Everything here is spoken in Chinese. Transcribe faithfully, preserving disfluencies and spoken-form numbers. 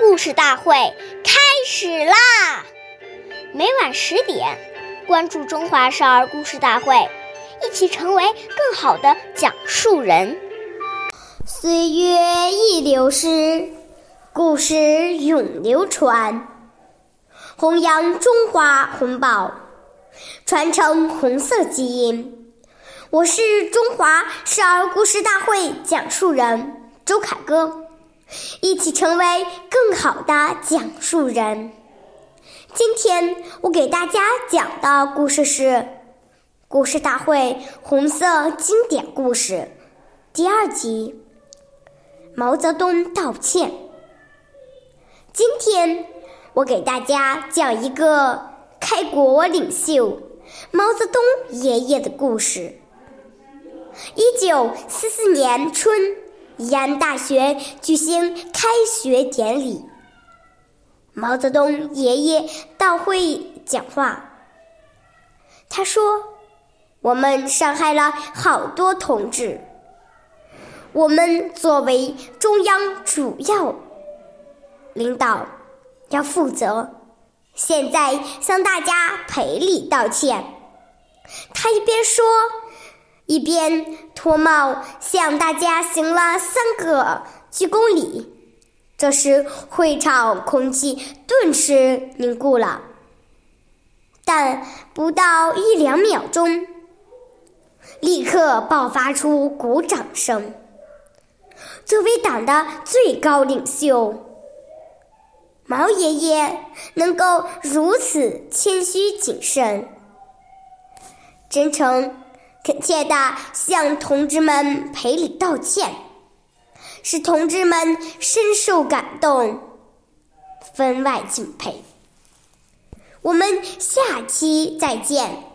故事大会开始啦！每晚十点，关注中华少儿故事大会，一起成为更好的讲述人。 岁月易流逝，故事永流传。弘扬中华红宝，传承红色基因。我是中华少儿故事大会讲述人周凯歌，一起成为更好的讲述人。今天我给大家讲的故事是故事大会红色经典故事第二集，毛泽东道歉。今天我给大家讲一个开国领袖毛泽东爷爷的故事。一九四四年春，宜安大学举行开学典礼，毛泽东爷爷到会讲话。他说：“我们伤害了好多同志，我们作为中央主要领导要负责，现在向大家赔礼道歉。”他一边说，一边脱帽向大家行了三个鞠躬礼。这时会场空气顿时凝固了，但不到一两秒钟，立刻爆发出鼓掌声。作为党的最高领袖，毛爷爷能够如此谦虚谨慎，真诚恳切地向同志们赔礼道歉，使同志们深受感动，分外敬佩。我们下期再见。